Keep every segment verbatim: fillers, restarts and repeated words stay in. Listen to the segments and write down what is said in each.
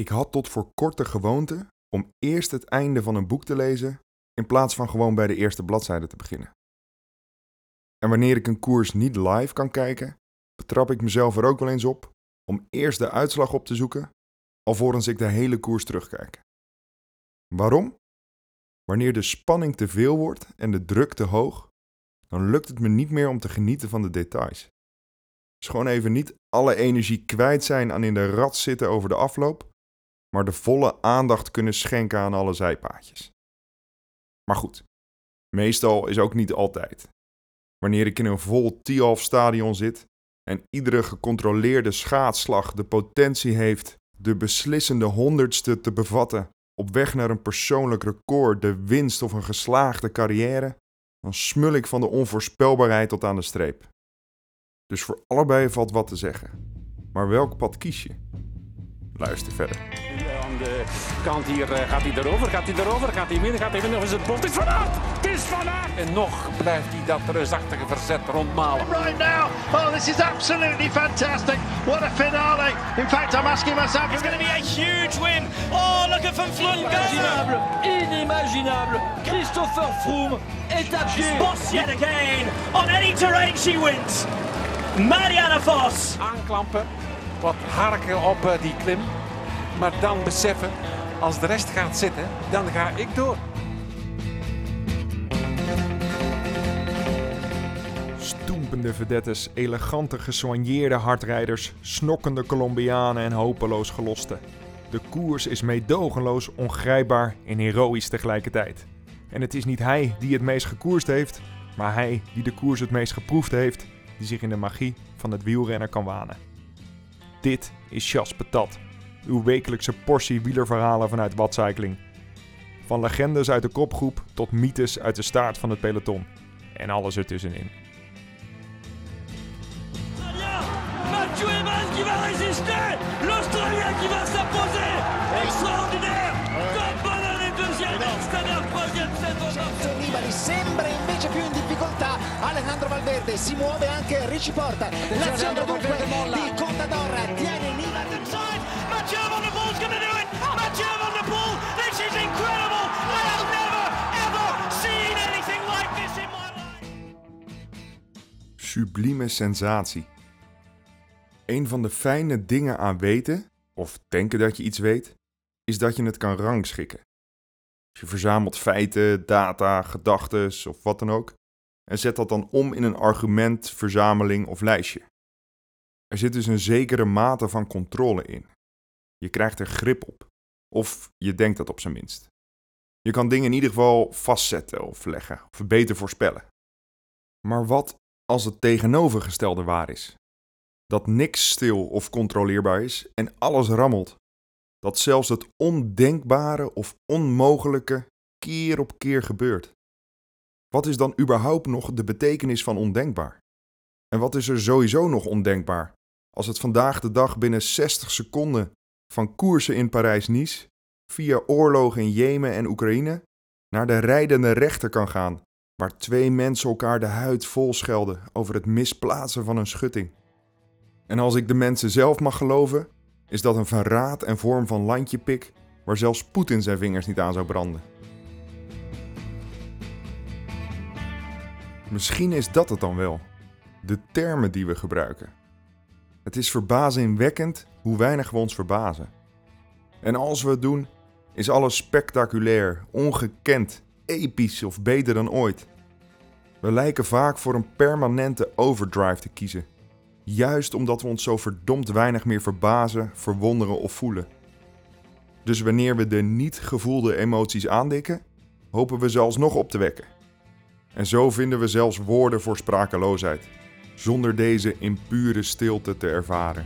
Ik had tot voor kort de gewoonte om eerst het einde van een boek te lezen in plaats van gewoon bij de eerste bladzijde te beginnen. En wanneer ik een koers niet live kan kijken, betrap ik mezelf er ook wel eens op om eerst de uitslag op te zoeken, alvorens ik de hele koers terugkijk. Waarom? Wanneer de spanning te veel wordt en de druk te hoog, dan lukt het me niet meer om te genieten van de details. Dus gewoon even niet alle energie kwijt zijn aan in de rat zitten over de afloop, maar de volle aandacht kunnen schenken aan alle zijpaadjes. Maar goed, meestal is ook niet altijd. Wanneer ik in een vol Tialf stadion zit en iedere gecontroleerde schaatsslag de potentie heeft de beslissende honderdste te bevatten op weg naar een persoonlijk record, de winst of een geslaagde carrière, dan smul ik van de onvoorspelbaarheid tot aan de streep. Dus voor allebei valt wat te zeggen. Maar welk pad kies je? Luister verder. Aan de kant hier uh, gaat hij erover, gaat hij erover, gaat hij winnen, gaat hij winnen of is het bot? Het is Van Aert! Het is Van Aert! En nog blijft hij dat reusachtige verzet rondmalen. Right now, oh this is absolutely fantastic. What a finale. In fact, I'm asking myself... It's going to be a huge win. Oh, look at Van Vleuten. Inimaginable, inimaginable. Christopher Froome est à pied. Vos yet again. On any terrain she wins. Marianne Vos. Aanklampen, wat harken op uh, die klim. Maar dan beseffen, als de rest gaat zitten, dan ga ik door. Stoempende vedettes, elegante gesoigneerde hardrijders, snokkende Colombianen en hopeloos gelosten. De koers is meedogenloos, ongrijpbaar en heroïsch tegelijkertijd. En het is niet hij die het meest gekoerst heeft, maar hij die de koers het meest geproefd heeft, die zich in de magie van het wielrennen kan wanen. Dit is Chas Patat, uw wekelijkse portie wielerverhalen vanuit Wattcycling. Van legendes uit de kopgroep tot mythes uit de staart van het peloton. En alles ertussenin. Mathieu Evans qui va résister. L'Australien qui va s'imposer. Extraordinaire. Tom Bonnell est deuxième. Stannard troisième. Nibali sembra invece più in difficoltà. Alejandro Valverde si muove anche Richie Porta. L'azione dunque di Contador tiene Nibali. Mathieu Van der Poel's going to do it. Mathieu Van der Poel. This is incredible. I have never ever seen anything like this in my life. Sublieme sensatie. Een van de fijne dingen aan weten, of denken dat je iets weet, is dat je het kan rangschikken. Je verzamelt feiten, data, gedachten of wat dan ook en zet dat dan om in een argument, verzameling of lijstje. Er zit dus een zekere mate van controle in. Je krijgt er grip op, of je denkt dat op zijn minst. Je kan dingen in ieder geval vastzetten of leggen, of beter voorspellen. Maar wat als het tegenovergestelde waar is? Dat niks stil of controleerbaar is en alles rammelt. Dat zelfs het ondenkbare of onmogelijke keer op keer gebeurt. Wat is dan überhaupt nog de betekenis van ondenkbaar? En wat is er sowieso nog ondenkbaar als het vandaag de dag binnen zestig seconden van koersen in Parijs-Nice via oorlogen in Jemen en Oekraïne naar de rijdende rechter kan gaan, waar twee mensen elkaar de huid vol schelden over het misplaatsen van een schutting? En als ik de mensen zelf mag geloven, is dat een verraad en vorm van landjepik waar zelfs Poetin zijn vingers niet aan zou branden. Misschien is dat het dan wel, de termen die we gebruiken. Het is verbazingwekkend hoe weinig we ons verbazen. En als we het doen, is alles spectaculair, ongekend, episch of beter dan ooit. We lijken vaak voor een permanente overdrive te kiezen. Juist omdat we ons zo verdomd weinig meer verbazen, verwonderen of voelen. Dus wanneer we de niet gevoelde emoties aandikken, hopen we ze alsnog op te wekken. En zo vinden we zelfs woorden voor sprakeloosheid, zonder deze in pure stilte te ervaren.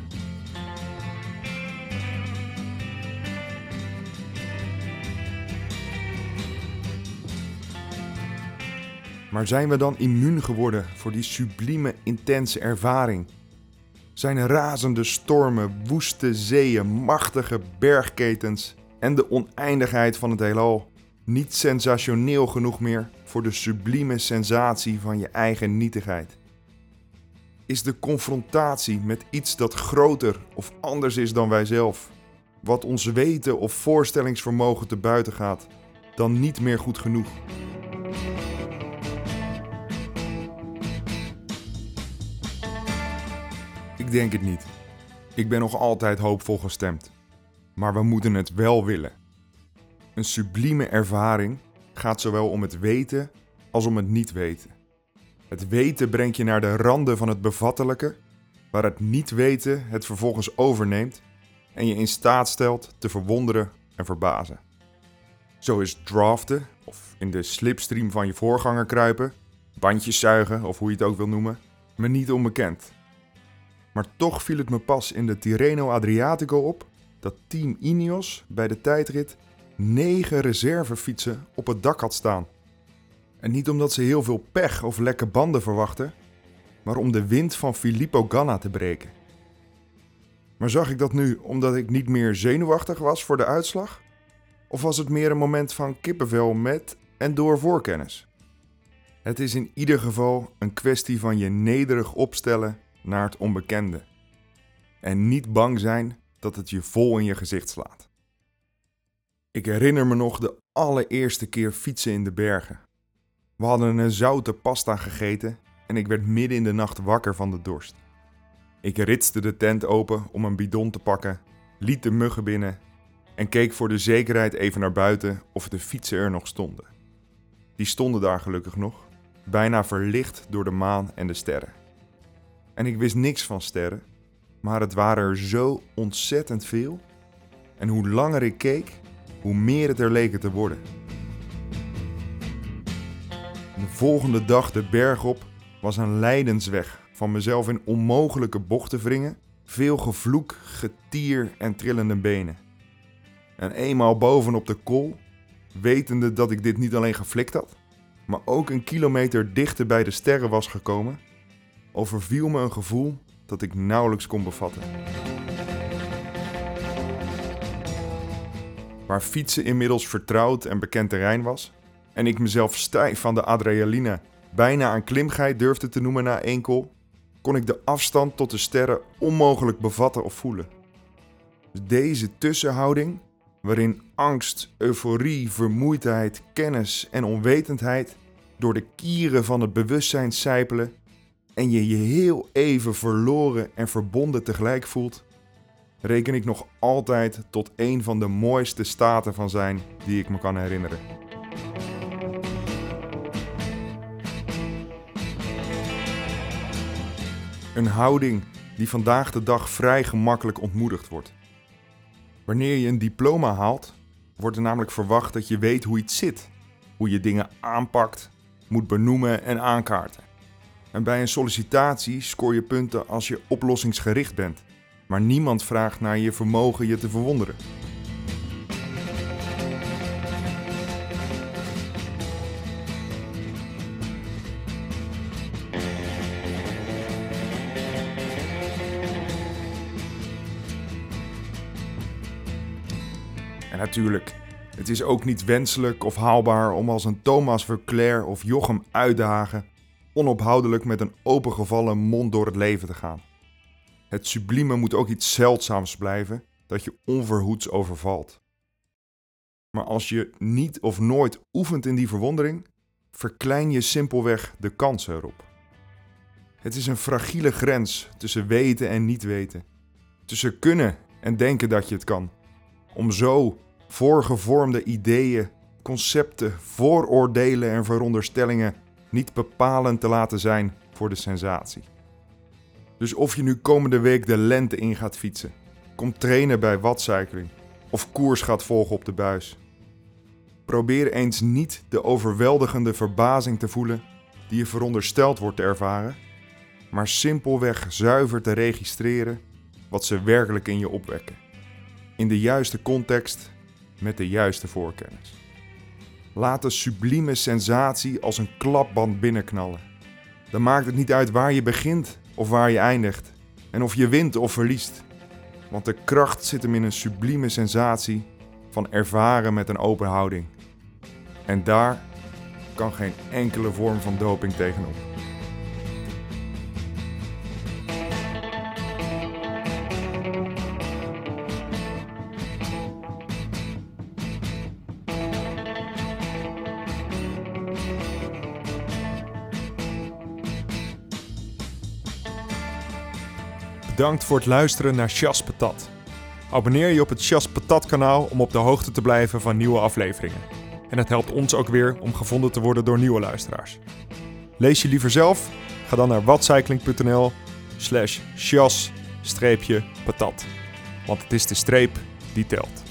Maar zijn we dan immuun geworden voor die sublieme, intense ervaring? Zijn razende stormen, woeste zeeën, machtige bergketens en de oneindigheid van het heelal niet sensationeel genoeg meer voor de sublieme sensatie van je eigen nietigheid? Is de confrontatie met iets dat groter of anders is dan wijzelf wat ons weten of voorstellingsvermogen te buiten gaat, dan niet meer goed genoeg? Ik denk het niet. Ik ben nog altijd hoopvol gestemd. Maar we moeten het wel willen. Een sublieme ervaring gaat zowel om het weten als om het niet weten. Het weten brengt je naar de randen van het bevattelijke, waar het niet weten het vervolgens overneemt en je in staat stelt te verwonderen en verbazen. Zo is draften, of in de slipstream van je voorganger kruipen, bandjes zuigen of hoe je het ook wil noemen, me niet onbekend. Maar toch viel het me pas in de Tirreno Adriatico op dat team Ineos bij de tijdrit negen reservefietsen op het dak had staan. En niet omdat ze heel veel pech of lekke banden verwachten, maar om de wind van Filippo Ganna te breken. Maar zag ik dat nu omdat ik niet meer zenuwachtig was voor de uitslag? Of was het meer een moment van kippenvel met en door voorkennis? Het is in ieder geval een kwestie van je nederig opstellen naar het onbekende. En niet bang zijn dat het je vol in je gezicht slaat. Ik herinner me nog de allereerste keer fietsen in de bergen. We hadden een zoute pasta gegeten en ik werd midden in de nacht wakker van de dorst. Ik ritste de tent open om een bidon te pakken, liet de muggen binnen en keek voor de zekerheid even naar buiten of de fietsen er nog stonden. Die stonden daar gelukkig nog, bijna verlicht door de maan en de sterren. En ik wist niks van sterren, maar het waren er zo ontzettend veel. En hoe langer ik keek, hoe meer het er leken te worden. De volgende dag de berg op was een lijdensweg van mezelf in onmogelijke bochten wringen, veel gevloek, getier en trillende benen. En eenmaal bovenop de kool, wetende dat ik dit niet alleen geflikt had, maar ook een kilometer dichter bij de sterren was gekomen, overviel me een gevoel dat ik nauwelijks kon bevatten. Waar fietsen inmiddels vertrouwd en bekend terrein was en ik mezelf stijf van de adrenaline bijna een klimgeit durfde te noemen na één kol, kon ik de afstand tot de sterren onmogelijk bevatten of voelen. Deze tussenhouding, waarin angst, euforie, vermoeidheid, kennis en onwetendheid door de kieren van het bewustzijn sijpelen en je je heel even verloren en verbonden tegelijk voelt, reken ik nog altijd tot een van de mooiste staten van zijn die ik me kan herinneren. Een houding die vandaag de dag vrij gemakkelijk ontmoedigd wordt. Wanneer je een diploma haalt, wordt er namelijk verwacht dat je weet hoe iets zit, hoe je dingen aanpakt, moet benoemen en aankaarten. En bij een sollicitatie scoor je punten als je oplossingsgericht bent, maar niemand vraagt naar je vermogen je te verwonderen. En natuurlijk, het is ook niet wenselijk of haalbaar om als een Thomas Verclair of Jochem Uitdagen onophoudelijk met een opengevallen mond door het leven te gaan. Het sublieme moet ook iets zeldzaams blijven dat je onverhoeds overvalt. Maar als je niet of nooit oefent in die verwondering, verklein je simpelweg de kansen erop. Het is een fragiele grens tussen weten en niet weten, tussen kunnen en denken dat je het kan, om zo voorgevormde ideeën, concepten, vooroordelen en veronderstellingen niet bepalend te laten zijn voor de sensatie. Dus of je nu komende week de lente in gaat fietsen, komt trainen bij Wattcycling of koers gaat volgen op de buis. Probeer eens niet de overweldigende verbazing te voelen die je verondersteld wordt te ervaren, maar simpelweg zuiver te registreren wat ze werkelijk in je opwekken. In de juiste context, met de juiste voorkennis. Laat de sublieme sensatie als een klapband binnenknallen. Dan maakt het niet uit waar je begint of waar je eindigt. En of je wint of verliest. Want de kracht zit hem in een sublieme sensatie van ervaren met een open houding. En daar kan geen enkele vorm van doping tegenop. bedankt voor het luisteren naar Chas Patat. Abonneer je op het Chas Patat kanaal om op de hoogte te blijven van nieuwe afleveringen. En het helpt ons ook weer om gevonden te worden door nieuwe luisteraars. Lees je liever zelf? Ga dan naar watcycling.nl slash chas streepje patat. Want het is de streep die telt.